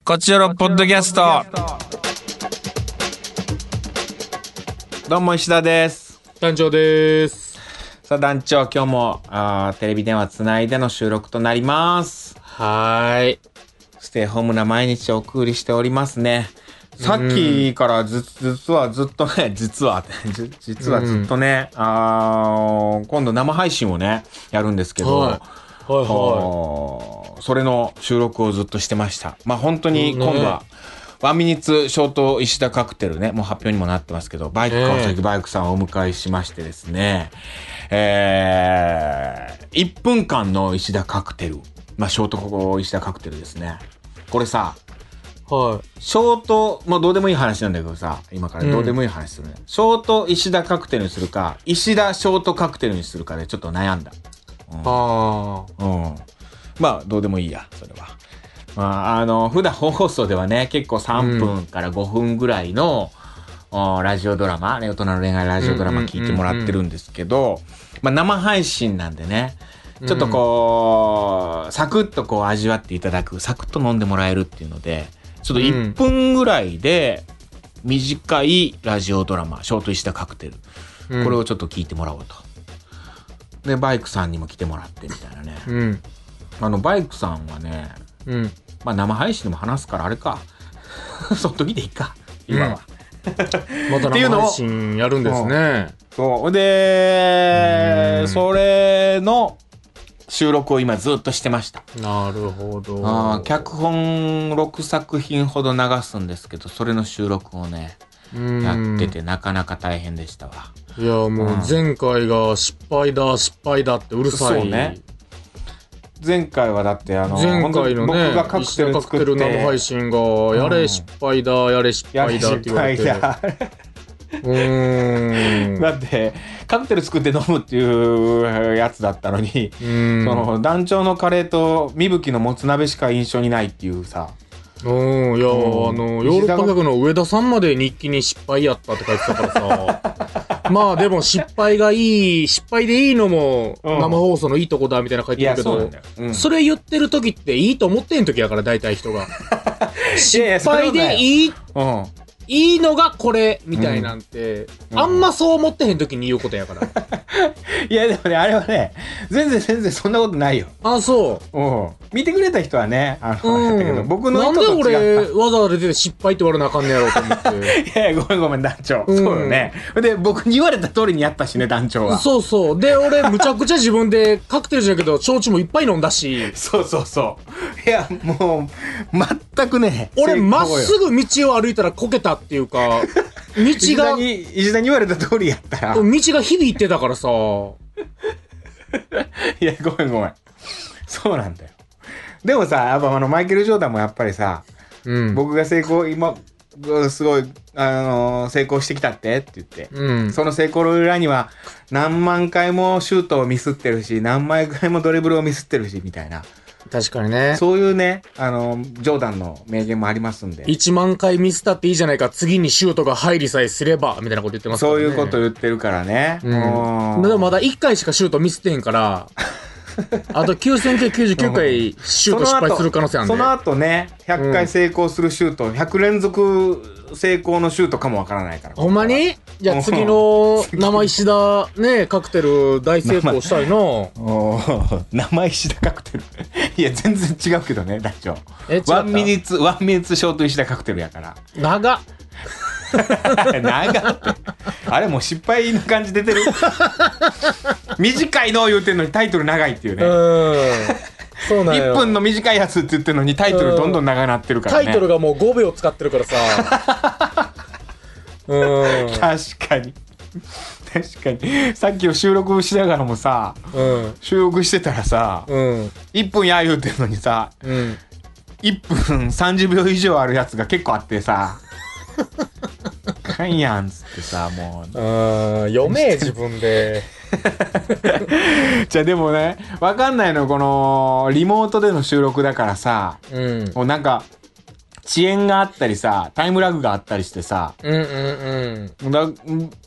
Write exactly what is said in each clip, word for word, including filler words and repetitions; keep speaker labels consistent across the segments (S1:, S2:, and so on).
S1: こちらのポッドキャスト。どうも石田です。
S2: 団長です。
S1: さあ団長、今日もあテレビ電話つないでの収録となります。
S2: はーい。
S1: ステイホームな毎日をお送りしておりますね。さっきからず実はずっとね、実は実はずっとね、うん、あ今度生配信をねやるんですけど、はいはいはい、それの収録をずっとしてました。まあ本当に今度は、ね、ワンミニッツショート石田カクテルね、もう発表にもなってますけど、バイク川崎バイクさんをお迎えしましてですね、えー、いっぷんかんの石田カクテル、まあショート石田カクテルですね。これさ。はい。ショート、まあどうでもいい話なんだけどさ、今からどうでもいい話するね。うん、ショート石田カクテルにするか、石田ショートカクテルにするかでちょっと悩んだ。うん、ああ。うん。まあどうでもいいや、それは。まああの、普段本放送ではね、結構さんぷんからごふんぐらいの、うん、ラジオドラマ、大人の恋愛ラジオドラマ聞いてもらってるんですけど、まあ生配信なんでね、ちょっとこう、うん、サクッとこう味わっていただく、サクッと飲んでもらえるっていうので、ちょっといっぷんぐらいで短いラジオドラマ、ショート石田カクテル、うん、これをちょっと聞いてもらおうと。で、バイクさんにも来てもらってみたいなね。うん、あの、バイクさんはね、うん、まあ生配信でも話すからあれか。その時でいいか、今は。
S2: うん、また生配信やるんですね。
S1: そう。で、それの、収録を今ずっとしてました。
S2: なるほど。
S1: あ脚本ろくさくひんほど流すんですけど、それの収録をね、やっててなかなか大変でしたわ。
S2: いや、もう前回が失敗だ、失敗だってうるさい。
S1: そうね。前回はだってあの、
S2: 前回のね、
S1: 僕がカクテル作って、
S2: カクテル生配信が、やれ失敗だ、やれ失敗だって言われて。
S1: うーんだってカクテル作って飲むっていうやつだったのに、その団長のカレーとみぶきのもつ鍋しか印象にないっていうさ。
S2: うん、いや、うん、あのヨーロッパ客の上田さんまで日記に失敗やったって書いてたからさまあでも失敗がいい、失敗でいいのも生放送のいいとこだみたいな書いてるけど、うん そ, うん、それ言ってる時っていいと思ってん時やから、大体人が失敗でいいうんいいのがこれみたいなんて、うん、あんまそう思ってへん時に言うことやから
S1: いやでもね、あれはね、全然全然そんなことないよ。
S2: あ、そう。
S1: うん。見てくれた人はね、あの、うん、だけど僕の
S2: 意図と違った。なんで俺わざわざ出て失敗って言われなあかんねやろうと思って
S1: いやいや、ごめんごめん団長、うん、そうよね。で僕に言われた通りにやったしね、団長は。
S2: そうそうで、俺むちゃくちゃ自分でカクテルじゃないけど焼酎もいっぱい飲んだし
S1: そうそうそう。いやもう全くね、
S2: 俺まっすぐ道を歩いたらこけたっていうか道が石
S1: 田に石田に言われた通りやったら
S2: 道が響いてたからさ
S1: いやごめんごめん、そうなんだよ。でもさ、やっぱあのマイケル・ジョーダンもやっぱりさ、うん、僕が成功今すごいあのー、成功してきたってって言って、うん、その成功の裏には何万回もシュートをミスってるし、何万回もドリブルをミスってるしみたいな。
S2: 確かにね。
S1: そういうね、あのジョーダンの名言もありますんで。
S2: いちまんかいミスったっていいじゃないか、次にシュートが入りさえすればみたいなこと言ってますからね。
S1: そういうこと言ってるからね。
S2: うん、でもまだいっかいしかシュートミスってへんからあときゅうせんきゅうひゃくきゅうじゅうきゅうかいシュート失敗する可能性あるんで、
S1: その後ねひゃっかい成功するシュート、ひゃくれんぞく成功のシュートかもわからないから。
S2: ほんまに？じゃあ次の生石田ねカクテル大成功したいな。
S1: 生石田カクテルいや全然違うけどね団長。ワンミニッツワンミニッツショート石田カクテルやから。
S2: 長っ
S1: 長ってあれもう失敗の感じ出てる短いの言うてんのにタイトル長いっていうね。うんそうなんよ。いっぷんの短いやつって言ってるのにタイトルどんどん長くなってるからね。
S2: タイトルがもうごびょう使ってるからさ
S1: うん確かに確かにさっきを収録しながらもさ、うん、収録してたらさ、うん、いっぷんや言うてるのにさ、うん、いっぷんさんじゅうびょう以上あるやつが結構あってさかんやんっつってさ、もう
S2: うん読め自分で
S1: じゃあでもね分かんないの、このリモートでの収録だからさ、うん、もうなんか遅延があったりさタイムラグがあったりしてさ、うんうんうん、だ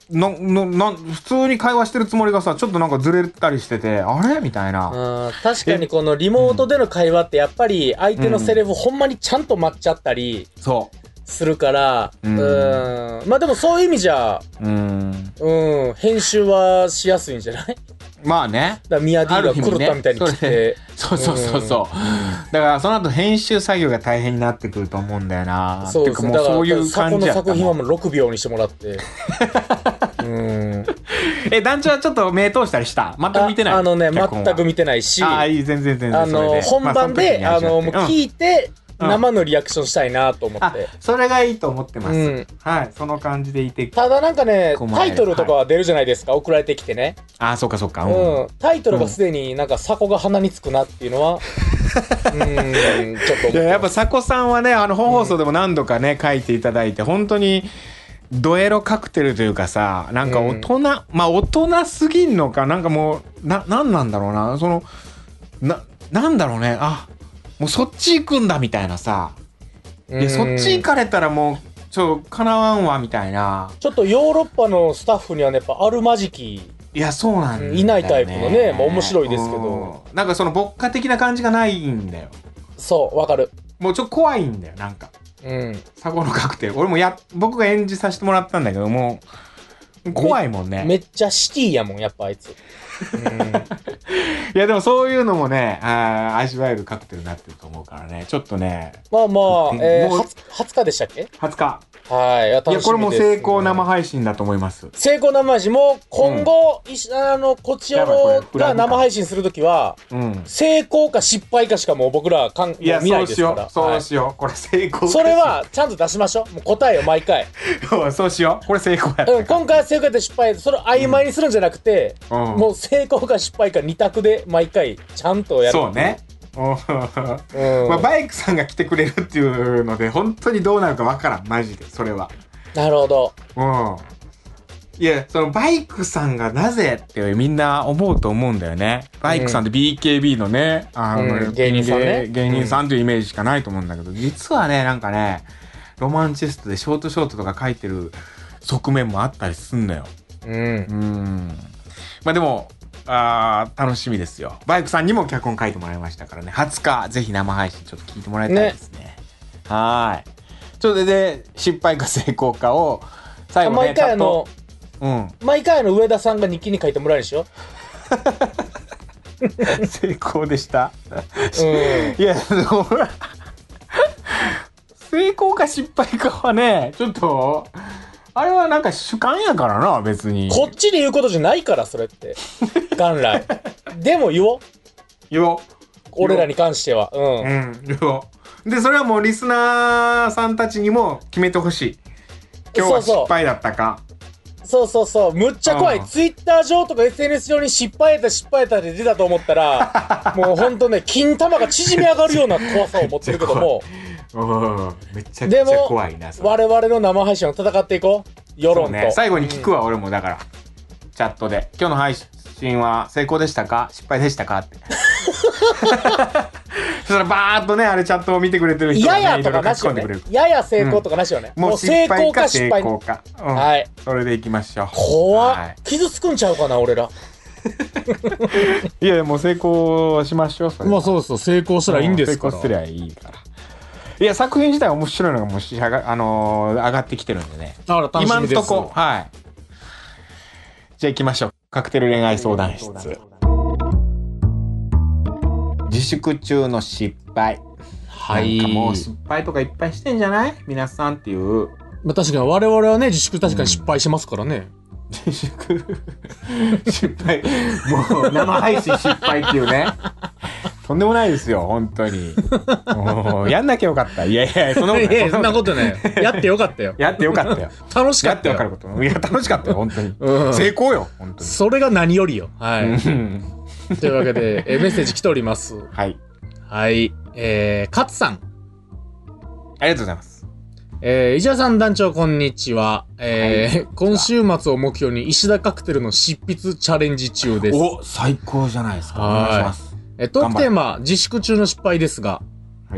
S1: な、な、な、普通に会話してるつもりがさ、ちょっとなんかずれたりしてて、あれみたいな。
S2: うん、確かにこのリモートでの会話ってやっぱり相手のセリフほんまにちゃんと待っちゃったりするから、うん、うんまあでもそういう意味じゃ、うん、うん、編集はしやすいんじゃない？
S1: まあね。
S2: だからミヤ D が狂ったみたいに来て、ね、
S1: そうそうそうそう。うん、だからその後編集作業が大変になってくると思うんだよな。
S2: そうですね。だからそういう感じやった。そこの作品はもうろくびょうにしてもらって。うん。
S1: え、団長はちょっと目通したりした？全く見てない？
S2: あ, あのね、全く見てないし。
S1: ああ、いい、全然全然。
S2: あの、本番で、まあ、あの、もう聞いて、うん、生のリアクションしたいなと思って。
S1: それがいいと思ってます。うん、はい。その感じでいて。
S2: ただなんかね、タイトルとかは出るじゃないですか。はい、送られてきてね。
S1: ああ、そっかそっか。
S2: うん。タイトルがすでになんかサコが鼻につくなっていうのは、うん、ちょっと。
S1: いや、やっぱサコさんはね、あの本放送でも何度かね、書いていただいて、本当に、ドエロカクテルというかさ、なんか大人、うん、まあ大人すぎんのか、なんかもう、な、なんなんだろうな、その、な、なんだろうね、あ、もうそっち行くんだみたいなさ、でそっち行かれたらもうちょっとかなわんわみたいな。
S2: ちょっとヨーロッパのスタッフにはねやっぱあるまじきい
S1: やそうなんだよ、ね、
S2: いないタイプのね、まあ、面白いですけど
S1: なんかその牧歌的な感じがないんだよ。
S2: そうわかる。
S1: もうちょっと怖いんだよなんか。
S2: うん
S1: サコのカクテル俺もや僕が演じさせてもらったんだけども怖いもんね。
S2: め, めっちゃシティやもんやっぱあいつ。うん、
S1: いやでもそういうのもねあ味わえるカクテルになってると思うからねちょっとね
S2: まあまあ、えー、はつかでしたっけ？
S1: はつか。
S2: はい、いや
S1: いやこれも成功生配信だと思います。
S2: 成功生配信も今後、うん、あのこちらのが生配信するときは、うん、成功か失敗かしかもう僕らかんいや見ないですから。
S1: そうしよう、はい、これ成功か
S2: それはちゃんと出しましょう。もう答えを毎回
S1: そうしようこれ成功やった、
S2: うん、今回は成功やって失敗それを曖昧にするんじゃなくて、うん、もう成功か失敗かに択で毎回ちゃんとやる。
S1: そうねうんまあ、バイクさんが来てくれるっていうので本当にどうなるかわからんマジでそれは。
S2: なるほど。
S1: うん。いやそのバイクさんがなぜってみんな思うと思うんだよね。バイクさんって ビーケービー のね、うん、あの、
S2: うん、芸人さんね
S1: 芸人さんというイメージしかないと思うんだけど、うん、実はねなんかねロマンチストでショートショートとか書いてる側面もあったりすんのよ。
S2: うん。
S1: うんまあでもあ楽しみですよ。バイクさんにも脚本書いてもらいましたからね。はつかぜひ生配信ちょっと聞いてもらいたいですね。ねはい。ちょっとで失敗か成功かを最後ね
S2: 毎回あの、うん、毎回あの上田さんが日記に書いてもらえるでしょ。
S1: 成功でした。
S2: うん、
S1: いやでも成功か失敗かはねちょっと。あれはなんか主観やからな別に。
S2: こっちで言うことじゃないからそれって元来でも言おう
S1: 言おう
S2: 俺らに関してはうん、
S1: うん、言おう。でそれはもうリスナーさんたちにも決めてほしい。今日は失敗だったか。
S2: そうそうそうむっちゃ怖い、うん、ツイッター上とか エスエヌエス 上に失敗やった失敗やったって出たと思ったらもうほんとね金玉が縮み上がるような怖さを持ってるけども
S1: うんめちゃくちゃ怖いな。
S2: でも我々の生配信を戦っていこう世論と、ね、
S1: 最後に聞くわ、うん、俺もだからチャットで今日の配信は成功でしたか失敗でしたかってそしたらバーっとねあれチャットを見てくれてる人が、ね、
S2: ややとかなしよね。やや成功とかなしよね、うん、もう成功か失敗か、
S1: うん、はいそれでいきましょう。
S2: 怖っ、はい、傷つくんちゃうかな俺ら
S1: いやもう成功しましょう。それ
S2: まあそうそう成功したらいいんですから。
S1: 成功すりゃいいから。いや作品自体面白いのがもうしあが、あのー、上がってきてるんでね。
S2: あら
S1: 今んとこはいじゃあ行きましょう。カクテル恋愛相談室。自粛中の失敗。はい。なんかもう失敗とかいっぱいしてんじゃない皆さんっていう。
S2: まあ確かに我々はね自粛確かに失敗しますからね、
S1: うん、自粛失敗もう生配信失敗っていうねとんでもないですよ本当にもうやんなきゃよかった。いやいやそんなことない。いや
S2: そんなことないやってよかったよ
S1: やってよかったよ
S2: 楽しかったよ。
S1: やってわかること。いや楽しかったよ本当に、うん、成功よ本当に。
S2: それが何よりよ。はいというわけでえメッセージ来ております。
S1: はい
S2: はいえー、勝さん
S1: ありがとうございます。
S2: えー、石田さん団長こんにちは、えーはい、今週末を目標に石田カクテルの執筆チャレンジ中です。
S1: お最高じゃないですか。お願いします。
S2: えトークテーマ自粛中の失敗ですが、
S1: はい、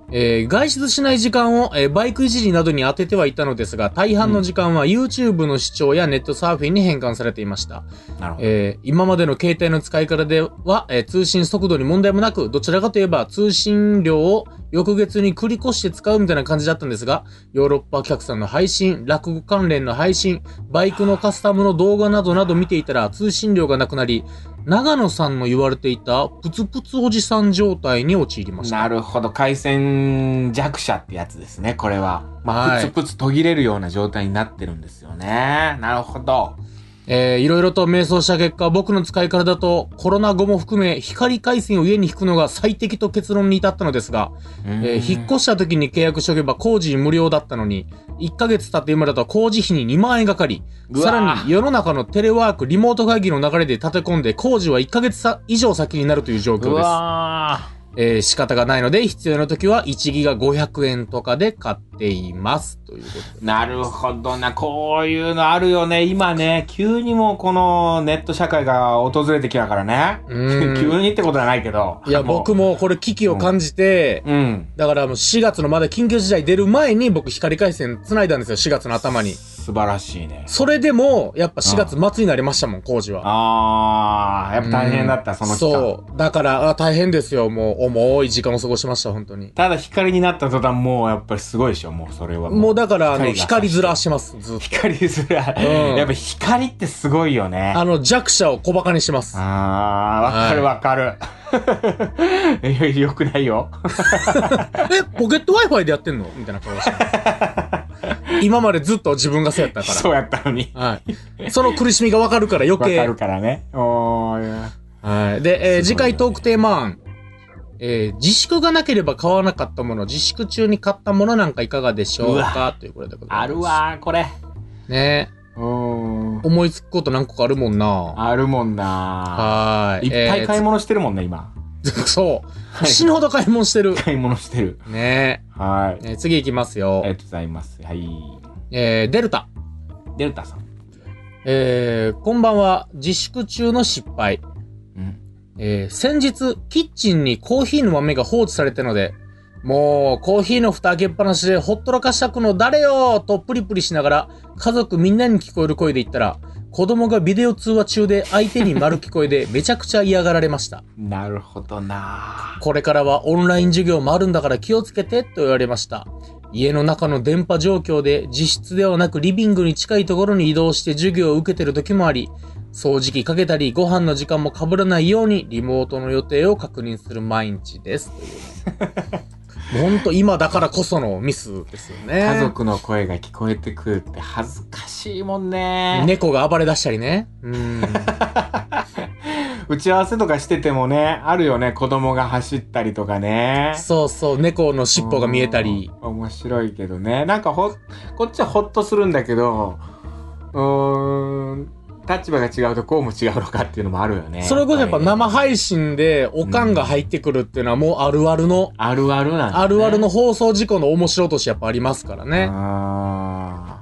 S2: えー、外出しない時間を、えー、バイクいじりなどに当ててはいたのですが、大半の時間は YouTube の視聴やネットサーフィンに変換されていました。なるほど。えー、今までの携帯の使い方では、えー、通信速度に問題もなく、どちらかといえば通信量を翌月に繰り越して使うみたいな感じだったんですが、ヨーロッパ客さんの配信、落語関連の配信、バイクのカスタムの動画などなど見ていたら通信量がなくなり、長野さんの言われていたプツプツおじさん状態に陥りました。
S1: なるほど。回線弱者ってやつですね、これは。まあ、はい、プツプツ途切れるような状態になってるんですよね。なるほど。
S2: えー、いろいろと迷走した結果、僕の使い方だとコロナ後も含め光回線を家に引くのが最適と結論に至ったのですが、えー、引っ越した時に契約しておけば工事無料だったのに、いっかげつ経って今だと工事費ににまんえんかかり、さらに世の中のテレワーク、リモート会議の流れで立て込んで工事はいっかげつ以上先になるという状況です。うわーえー、仕方がないので必要な時はいちギガごひゃくえんとかで買っていますということで。
S1: なるほどな。こういうのあるよね。今ね、急にもうこのネット社会が訪れてきたからね。急にってことはないけど。
S2: いや、僕もこれ危機を感じて、うんうん、だからもうしがつのまだ緊急事態出る前に僕光回線繋いだんですよ。しがつの頭に。
S1: 素晴らしいね。
S2: それでも、やっぱしがつ末になりましたもん、工事は。
S1: ああ、やっぱ大変だった、その期間。
S2: そう。だから、あ大変ですよ。もう、重い時間を過ごしました、本当に。
S1: ただ光になった途端、もうやっぱりすごいでしょ、もうそれはもう。
S2: もうだから、あの、光面してます、ずっと。
S1: 光面。うん。やっぱ光ってすごいよね。
S2: あの、弱者を小馬鹿にします。
S1: ああ、わかるわかる。よくないよ。
S2: え、ポケット Wi-Fi でやってんのみたいな顔してます。今までずっと自分がそうやったから。
S1: そうやったのに。
S2: はい。その苦しみがわかるから余計。
S1: わかるからね。おー。
S2: はい。で、えー、次回トークテーマ案。えー、自粛がなければ買わなかったもの、自粛中に買ったものなんかいかがでしょうかということでございます。
S1: あるわー、これ。
S2: ねえ。思いつくこと何個かあるもんな。
S1: あるもんな。
S2: はい。
S1: いっぱい買い物してるもんね、今。
S2: そう。死ぬほど買い物してる。
S1: 買い物してる。
S2: ね
S1: え。はい。
S2: えー、次行きますよ。
S1: ありがとうございます。はい。
S2: えー、デルタ。
S1: デルタさん。
S2: えー、こんばんは。自粛中の失敗。うん。えー、先日、キッチンにコーヒーの豆が放置されたので、もう、コーヒーの蓋開けっぱなしでほっとらかしたくの誰よとプリプリしながら、家族みんなに聞こえる声で言ったら、子供がビデオ通話中で相手に丸聞こえでめちゃくちゃ嫌がられました。
S1: なるほどな。
S2: これからはオンライン授業もあるんだから気をつけてと言われました。家の中の電波状況で自室ではなくリビングに近いところに移動して授業を受けてる時もあり、掃除機かけたりご飯の時間も被らないようにリモートの予定を確認する毎日です。というねもうほんと今だからこそのミスですよね。
S1: 家族の声が聞こえてくるって恥ずかしいもんね。
S2: 猫が暴れ出したりね。うん。
S1: 打ち合わせとかしててもね、あるよね。子供が走ったりとかね。
S2: そうそう、猫の尻尾が見えたり。
S1: 面白いけどね。なんかほ、こっちはほっとするんだけど、うーん、立場が違うとこうも違うのかっていうのもあるよね。
S2: それこそやっぱ生配信でおかんが入ってくるっていうのはもうあるあるの。
S1: あるあるなんだね。
S2: あるあるの放送事故の面白としやっぱありますからね。
S1: あ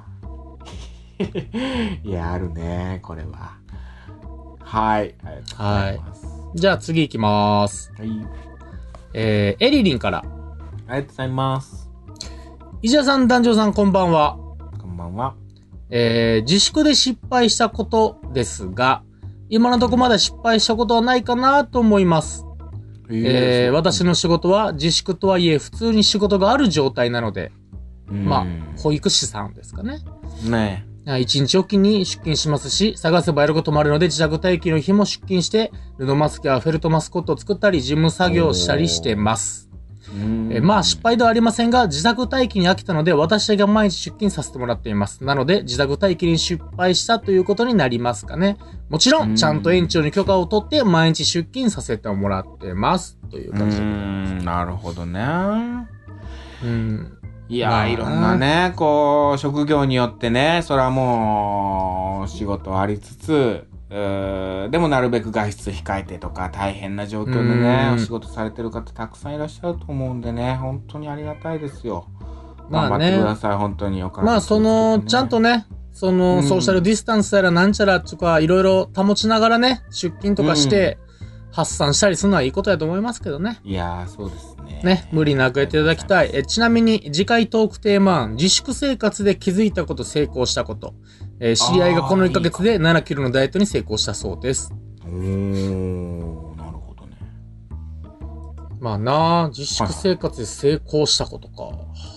S1: いや、あるね、これは。はい。ありがとうございます。
S2: はい。じゃあ次行きまーす。
S1: はい。
S2: えー、エリリンから。
S1: ありがとうございます。
S2: 石田さん、団長さん、こんばんは。
S1: こんばんは。
S2: えー、自粛で失敗したことですが、今のとこまだ失敗したことはないかなと思います。えーえー、私の仕事は自粛とはいえ普通に仕事がある状態なので、まあ、保育士さんですかね。
S1: ね
S2: え。一日おきに出勤しますし、探せばやることもあるので自宅待機の日も出勤して、布マスクやフェルトマスコットを作ったり、事務作業をしたりしてます。えまあ失敗ではありませんが、自宅待機に飽きたので私が毎日出勤させてもらっています。なので自宅待機に失敗したということになりますかね。もちろんちゃんと園長に許可を取って毎日出勤させてもらってますという感じで。うー
S1: ん、なるほどね。
S2: うん。
S1: いやー、まあ、いろんなね、こう職業によってね、それはもう仕事ありつつ。でもなるべく外出控えてとか大変な状況でねお仕事されてる方たくさんいらっしゃると思うんでね、本当にありがたいですよ。まあね、頑張ってください。本当にお体、ね、
S2: まあそのちゃんとね、そのソーシャルディスタンスやらなんちゃらとかいろいろ保ちながらね出勤とかして、 発散したりするのはいいことだと思いますけどね。
S1: いやー、そうですね。
S2: ね、無理なくやっていただきたい。えちなみに、次回トークテーマ案、自粛生活で気づいたこと、成功したこと。えー知り合いがこのいっかげつでななキロのダイエットに成功したそうです。
S1: おー、なるほどね。
S2: まあなあ、自粛生活で成功したことか。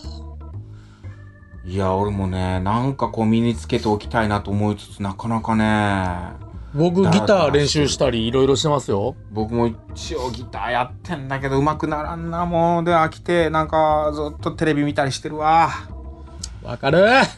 S1: いや、俺もね、なんかこう身につけておきたいなと思いつつ、なかなかね、
S2: 僕ギター練習したりいろいろしてますよ。
S1: 僕も一応ギターやってんだけど上手くならんな、もう。で、飽きて、なんかずっとテレビ見たりしてるわ。
S2: わかるわ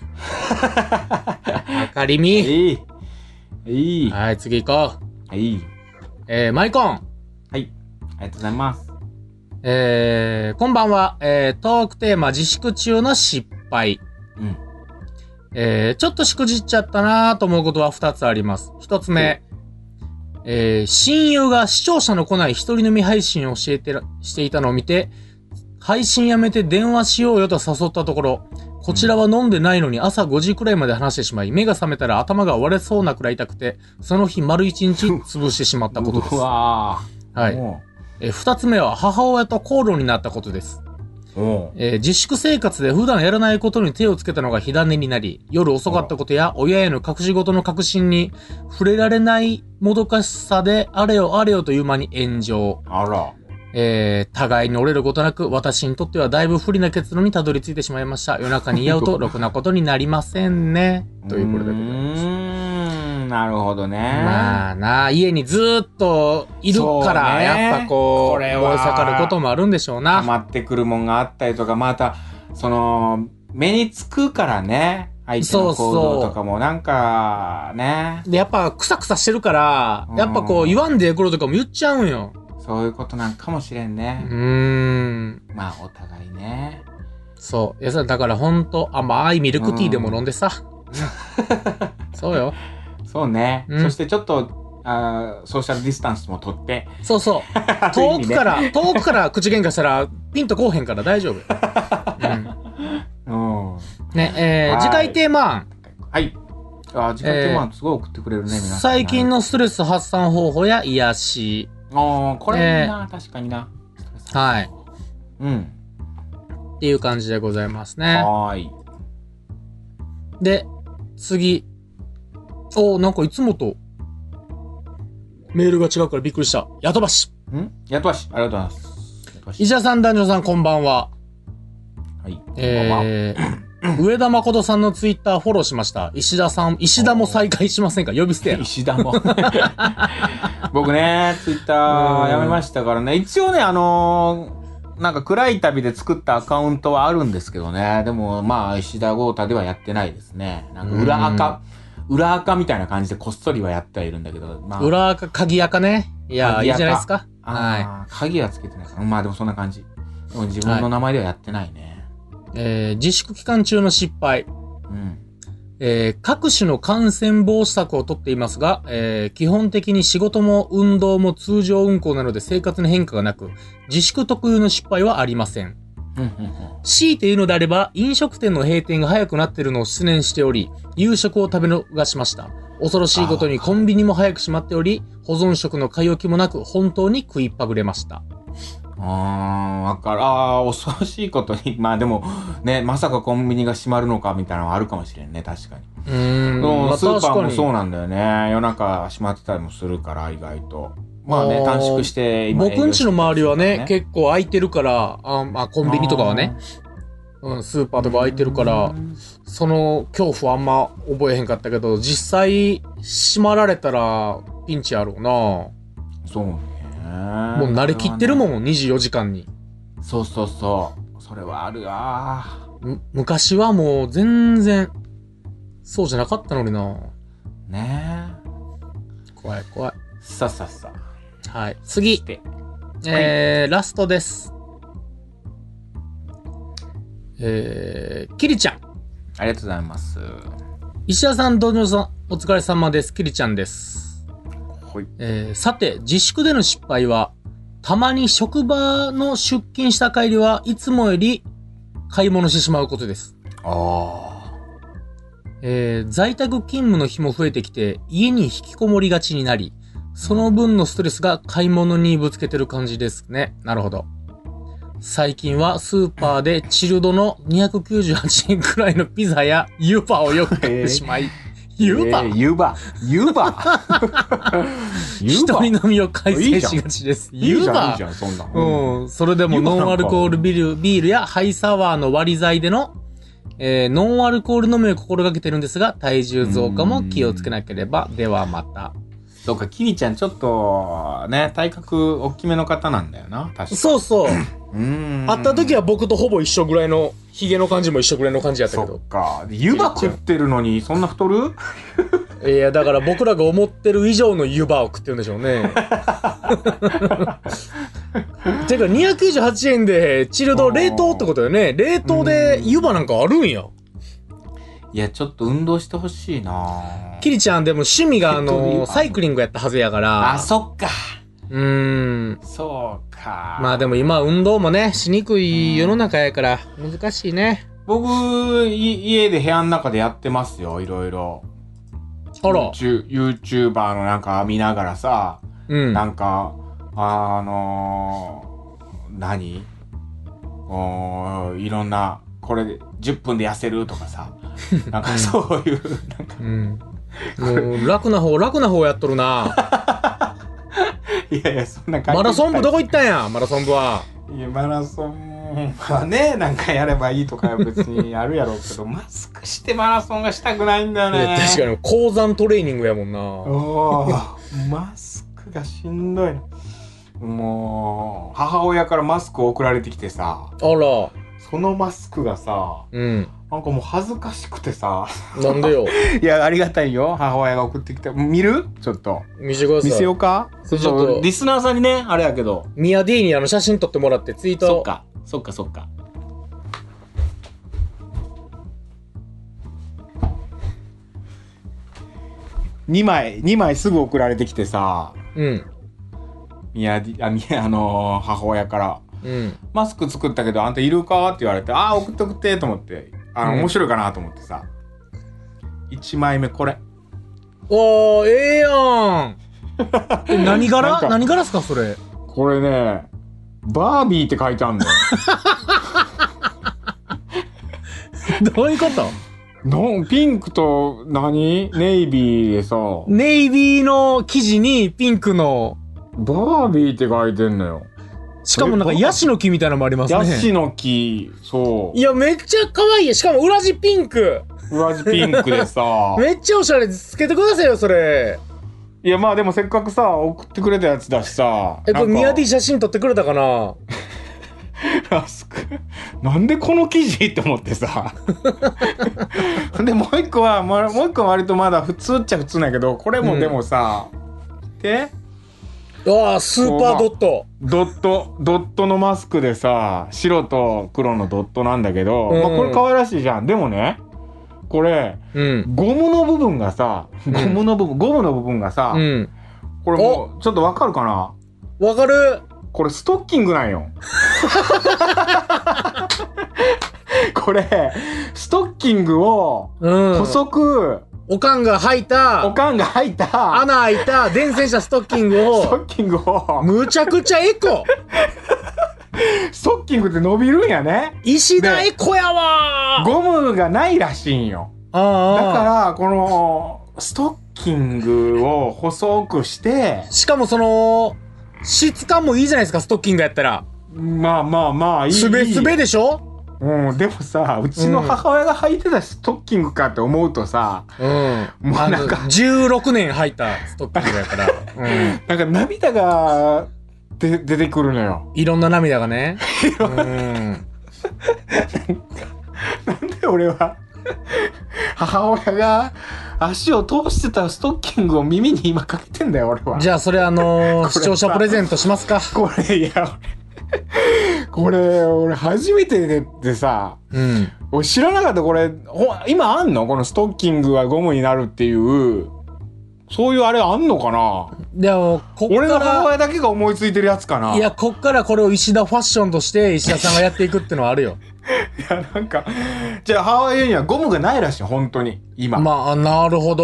S2: かりみ。
S1: いい。いい。
S2: はい、次行こう。
S1: いい。
S2: えー、マイコン。
S1: はい。ありがとうございます。
S2: えー、こんばんは。えー、トークテーマ自粛中の失敗。
S1: うん。
S2: えー、ちょっとしくじっちゃったなーと思うことは二つあります。一つ目。えー、親友が視聴者の来ない一人飲み配信を教えてら、していたのを見て、配信やめて電話しようよと誘ったところ、こちらは飲んでないのに朝ごじくらいまで話してしまい、目が覚めたら頭が割れそうなくらい痛くて、その日丸一日潰してしまったことです。
S1: うわ
S2: ーはい。えー、二つ目は母親と口論になったことです。えー、自粛生活で普段やらないことに手をつけたのが火種になり、夜遅かったことや親への隠し事の確信に触れられないもどかしさであれよあれよという間に炎上。
S1: あら。
S2: えー、互いに折れることなく私にとってはだいぶ不利な結論にたどり着いてしまいました。夜中に言うとろくなことになりませんね。ということでございます。
S1: うーん、なるほどね。
S2: まあな、家にずーっといるから、ね、やっぱこう、
S1: これは
S2: 燃え盛ることもあるんでしょうな。
S1: 溜まってくるもんがあったりとか、また、その、目につくからね。相手の行動とかもなんか、ね。
S2: で、やっぱ、クサクサしてるから、やっぱこう、言わんでええこととかも言っちゃうんよ。
S1: そういうことなんかもしれんね。
S2: うーん。
S1: まあ、お互いね。
S2: そう。いや、だからほんと、甘いミルクティーでも飲んでさ。そうよ。
S1: そうね。
S2: うん、
S1: そしてちょっと、あソーシャルディスタンスも取って。
S2: そうそう。遠くから、遠くから口喧嘩したら、ピンとこうへんから大丈夫。うん。うん、ね、えー、次回テーマ案。
S1: はい。あ、次回テーマ案すごい送ってくれるね、えー、皆さん。
S2: 最近のストレス発散方法や癒し。
S1: ああ、これいいな、えー、確かにな。
S2: はい。
S1: うん。
S2: っていう感じでございますね。
S1: はーい。
S2: で、次。おー、なんかいつもと、メールが違うからびっくりした。やとばし。
S1: んやとばし。ありがとうございます。
S2: 石田さん、男女さん、こんばんは。
S1: はい。
S2: えー、上田誠さんのツイッターフォローしました。石田さん、石田も再開しませんか？呼び捨てや。
S1: 石田も。僕ね、ツイッターやめましたからね。一応ね、あのー、なんか暗い旅で作ったアカウントはあるんですけどね。でも、まあ、石田豪太ではやってないですね。なんか裏垢、裏垢みたいな感じでこっそりはやってはいるんだけど。
S2: まあ、裏垢、鍵垢ね。いや、いいじゃないですか。
S1: はい。鍵はつけてないから。まあでもそんな感じ。でも自分の名前ではやってないね。
S2: はい、えー、自粛期間中の失敗。
S1: うん。
S2: えー、各種の感染防止策をとっていますが、えー、基本的に仕事も運動も通常運行なので生活に変化がなく、自粛特有の失敗はありません。強いて言うのであれば、飲食店の閉店が早くなっているのを失念しており、夕食を食べ逃しました。恐ろしいことにコンビニも早く閉まっており、保存食の買い置きもなく、本当に食いっぱぐれました。
S1: あー、わかる。あー、恐ろしいことに。まあでも、ね、まさかコンビニが閉まるのかみたいなのはあるかもしれんね、確かに。
S2: うーん。
S1: まあ、スーパーもそうなんだよね。夜中閉まってたりもするから、意外と。まあね、短縮して
S2: 今、僕んちの周りはね、結構空いてるから、あまあコンビニとかはね、うん、スーパーとか空いてるから、その恐怖はあんま覚えへんかったけど、実際閉まられたらピンチあるな。
S1: そうね。
S2: もう慣れきってるもん、にじゅうよじかんに。
S1: そうそうそう。それはあるわ。
S2: 昔はもう全然、そうじゃなかったのにな。
S1: ね
S2: え。怖い怖い。
S1: さっさっさ。
S2: はい。次。えー、はい、ラストです。えー、キリちゃん。
S1: ありがとうございます。
S2: 石田さん、道場さん、お疲れ様です。キリちゃんです。
S1: はい。
S2: えー、さて、自粛での失敗は、たまに職場の出勤した帰りはいつもより買い物してしまうことです。
S1: ああ。
S2: えー、在宅勤務の日も増えてきて、家に引きこもりがちになり、 その分のストレスが買い物にぶつけてる感じですね。なるほど。最近はスーパーでチルドのにひゃくきゅうじゅうはちえんくらいのピザや湯葉をよく買ってしまい、湯葉、
S1: えー、湯葉湯葉
S2: 一人飲みを開催しがちです。湯葉
S1: いいじゃん、いいじゃん、そんな。
S2: うん。それでもノンアルコールビール、ビールやハイサワーの割り剤での、えー、ノンアルコール飲みを心がけてるんですが、体重増加も気をつけなければ。ではまた。
S1: そうか、キリちゃんちょっと、ね、体格大きめの方なんだよな、確かに。
S2: そうそう。
S1: うーん。
S2: 会った時は僕とほぼ一緒ぐらいの、ヒゲの感じも一緒ぐらいの感じやったけど。
S1: そっか。湯葉食ってるのに、そんな太る？
S2: いや、だから僕らが思ってる以上の湯葉を食ってるんでしょうね。てか、にひゃくきゅうじゅうはちえんで、チルド冷凍ってことよね。冷凍で湯葉なんかあるんや。
S1: いや、ちょっと運動してほしいな。
S2: キリちゃんでも趣味があの、サイクリングやったはずやから。
S1: あ、そっか。
S2: うーん。
S1: そうか。
S2: まあでも今運動もね、しにくい世の中やから、難しいね。
S1: 僕、い家で部屋の中でやってますよ、いろいろ。
S2: あら。
S1: YouTuber のなんか見ながらさ、
S2: うん。
S1: なんか、あのー、何おいろんな、これでじゅっぷんで痩せるとかさ、なんかそういう、なんか、
S2: うん。もう、楽な方、楽な方やっとるな。
S1: いやいや、そんな感じ。
S2: マラソン部どこ行ったんや、マラソン部は。
S1: いや、マラソンはね、なんかやればいいとか別にあるやろうけど、マスクしてマラソンがしたくないんだよね。
S2: いや、確かに、高山トレーニングやもんな。
S1: おー、マスクがしんどいな。もう、母親からマスク送られてきてさ、
S2: あら。
S1: そのマスクがさ、
S2: うん。
S1: なんかもう恥ずかしくてさ。
S2: なんでよ。
S1: いや、ありがたいよ。母親が送ってきて。見る？ちょっと。
S2: 見せてください。
S1: 見せようか？
S2: ちょっと。
S1: リスナーさんにね、あれやけど。
S2: ミヤ D にあの写真撮ってもらってツイート。
S1: そっか。そっかそっか。にまい、にまいすぐ送られてきてさ。
S2: うん。
S1: ミヤ D、あ、ミヤ、あのー、母親から。
S2: うん。
S1: マスク作ったけど、あんたいるかって言われて、ああ、送って送ってと思って。あの、うん、面白いかなと思ってさ。いちまいめこれ。
S2: おー、ええやん。え、何柄何柄っすかそれ。
S1: これね、バービーって書いてあんのよ。
S2: どういうこと
S1: のピンクと何ネイビーでさ。
S2: ネイビーの生地にピンクの。
S1: バービーって書いてんのよ。
S2: しかもなんかヤシの木みたいなのもありますね。
S1: ヤシの木、そう。
S2: いや、めっちゃ可愛い。しかも裏地ピンク。
S1: 裏地ピンクでさ。
S2: めっちゃおしゃれ。つけてくださいよ、それ。
S1: いや、まあでもせっかくさ、送ってくれたやつだしさ。
S2: え、これミヤ D 写真撮ってくれたかな
S1: ラスク。なんでこの生地って思ってさ。で、もう一個は、もう一個は割とまだ普通っちゃ普通なんやけど、これもでもさ、うん、で
S2: ああ、スーパードット。
S1: ドット、ドットのマスクでさ、白と黒のドットなんだけど、うん、まあこれ可愛らしいじゃん。でもね、これ、うん、ゴムの部分がさ、ゴムの部分、うん、ゴムの部分がさ、うん、これもう、ちょっとわかるかな？
S2: わかる。
S1: これストッキングなんよ。これ、ストッキングを、細く、うん
S2: おかんが履いた、
S1: おかんが履いた、
S2: 穴開いた、伝染したストッキングを、
S1: ストッキングを、
S2: むちゃくちゃエコ
S1: ストッキングって伸びるんやね。
S2: 石田エコやわー。
S1: ゴムがないらしいんよ。
S2: ああ。
S1: だから、この、ストッキングを細くして、
S2: しかもその、質感もいいじゃないですか、ストッキングやったら。
S1: まあまあまあ、いい。
S2: すべすべでしょ？
S1: うん、でもさ、うちの母親が履いてたストッキングかって思うとさ、
S2: うん。もうなんか、じゅうろくねん履いたストッキングやから。うん。
S1: なんか涙がで出てくるのよ。
S2: いろんな涙がね。うん。なんか、
S1: なんで俺は、母親が足を通してたストッキングを耳に今かけてんだよ、俺は。
S2: じゃあ、それあのー、視聴者プレゼントしますか。
S1: これ、いや、俺。これ、俺初めてででさ、うん、俺知らなかった。これ、ほ今あんの？このストッキングがゴムになるっていう、そういうあれあんのかな？
S2: でも、こっから。
S1: 俺の母親だけが思いついてるやつかな？
S2: いや、こっからこれを石田ファッションとして石田さんがやっていくってのはあるよ。
S1: いや、なんか、じゃあ母親にはゴムがないらしい、本当に、今。
S2: まあ、なるほど。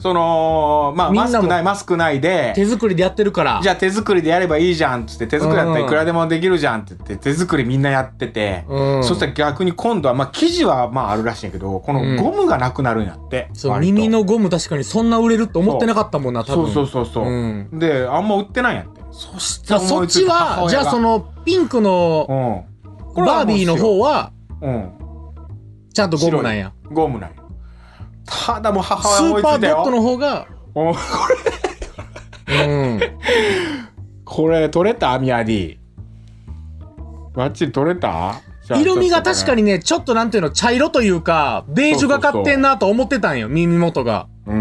S1: その、まあ、マスクない、マスクないで。
S2: 手作りでやってるから。
S1: じゃあ手作りでやればいいじゃんっつって、手作りだったらいくらでもできるじゃんって言って、手作りみんなやってて、うん、そしたら逆に今度は、まあ、生地はまああるらしいんやけど、このゴムがなくなるんやって。
S2: うん、そう、耳のゴム確かにそんな売れるって思ってなかったもんな、多分。
S1: そうそうそうそう、うん。で、あんま売ってないんやって。
S2: そしたらそっちは、じゃあその、ピンクの、うん、バービーの方は、うん、ちゃんとゴムなんや。
S1: ゴムなんや。ただもう母親思いついたよ。
S2: スーパードットの方が、
S1: おこれ、うん、これ取れたミヤディ。バッチリ取れた？
S2: 色味が確かにね、ちょっとなんていうの、茶色というか、ベージュがかってんなと思ってたんよ、耳元が。
S1: うん。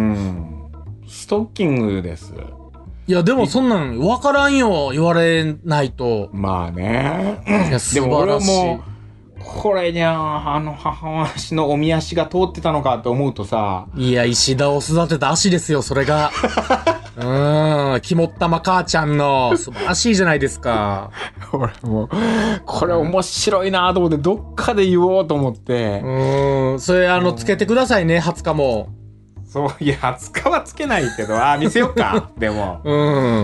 S1: ストッキングです。
S2: いや、でもそんなん分からんよ、言われないと。
S1: まあね。いや、素晴らしい。でも俺も、これにゃあの母足のおみ足が通ってたのかと思うとさ。
S2: いや、石田を育てた足ですよ、それが。うーん、肝っ玉母ちゃんの素晴らしいじゃないですか。
S1: 俺もう、これ面白いなと思って、どっかで言おうと思って。
S2: うーん、それあの、つけてくださいね、はつかも。
S1: そう、いや、はつかはつけないけど、あ、見せよっか。でも。うん。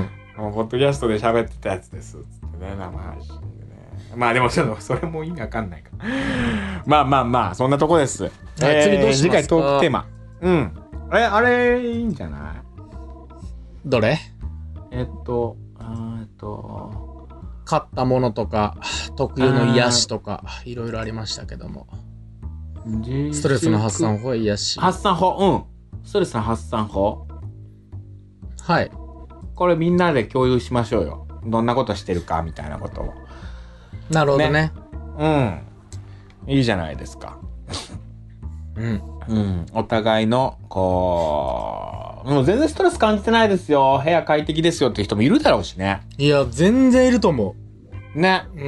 S1: もう、ポッドキャストで喋ってたやつです。つってね、生配信。まあでもちょっとそれも意味わかんないから。まあまあまあ、そんなとこです。えー、次どうしますか？次回トークテーマ。うん。え、あれ、いいんじゃない？
S2: どれ？
S1: えっと、えっと、
S2: 買ったものとか、特有の癒しとか、いろいろありましたけども。ストレスの発散法は癒し。
S1: 発散法、うん。ストレスの発散法？
S2: はい。
S1: これみんなで共有しましょうよ。どんなことしてるか、みたいなことを。
S2: なるほどね。ね、
S1: うん。いいじゃないですか。
S2: うん。
S1: うん。お互いの、こう、もう全然ストレス感じてないですよ。部屋快適ですよっていう人もいるだろうしね。
S2: いや、全然いると思
S1: う。ね。
S2: うん。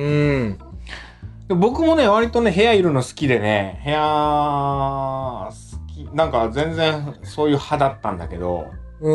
S1: で僕もね、割とね、部屋いるの好きでね、部屋、好き、なんか全然そういう派だったんだけど。
S2: うん。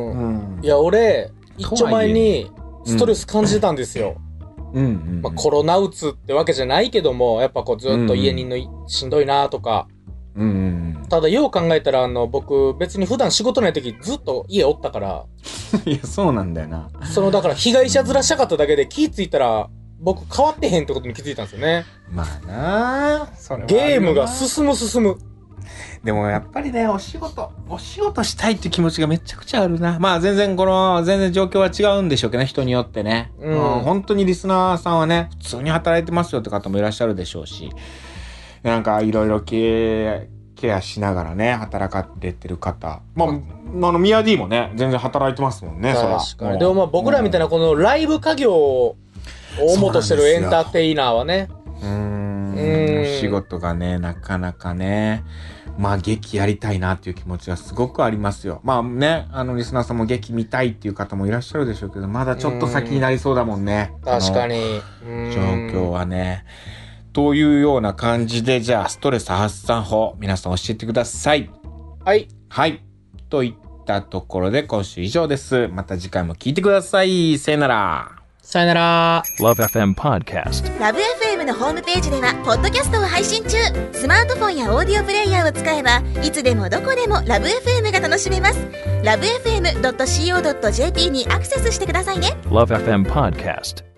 S2: うん、いや、俺、一丁前にストレス感じてたんですよ。うん
S1: うんうんうん
S2: まあ、コロナうつってわけじゃないけども、やっぱこうずっと家にいるのしんどいなとか。
S1: うんうんうん、
S2: ただよう考えたら、あの、僕別に普段仕事ない時ずっと家おったから。
S1: いや、そうなんだよな。
S2: その、だから被害者面したかっただけで気ぃついたら、僕変わってへんってことに気づいたんですよね。
S1: まあなぁ。
S2: それはゲームが進む進む。
S1: でもやっぱりね、お仕事、お仕事したいっていう気持ちがめちゃくちゃあるな。まあ全然この、全然状況は違うんでしょうけどね、人によってね。うん、本当にリスナーさんはね、普通に働いてますよって方もいらっしゃるでしょうし、なんかいろいろケア、ケアしながらね、働かれてる方。まあ、あの、ミヤ D もね、全然働いてますもんね、そら。
S2: 確かに。でもまあ僕らみたいなこのライブ家業を主としてるエンターテイナーはね。
S1: うーん。お仕事がね、なかなかね、まあ劇やりたいなっていう気持ちはすごくありますよ。まあね、あのリスナーさんも劇見たいっていう方もいらっしゃるでしょうけど、まだちょっと先になりそうだもんね。
S2: 確かに。
S1: 状況はね。というような感じで、じゃあストレス発散法、皆さん教えてください。
S2: はい。
S1: はい。といったところで今週以上です。また次回も聞いてください。さよなら。
S2: さよなら。
S3: Love エフエム Podcast。
S4: ラブ エフエム のホームページではポッドキャストを配信中。スマートフォンやオーディオプレイヤーを使えばいつでもどこでもラブ エフエム が楽しめます。ラブエフエムドットシーオードットジェーピー にアクセスしてくださいね。
S3: Love エフエム Podcast。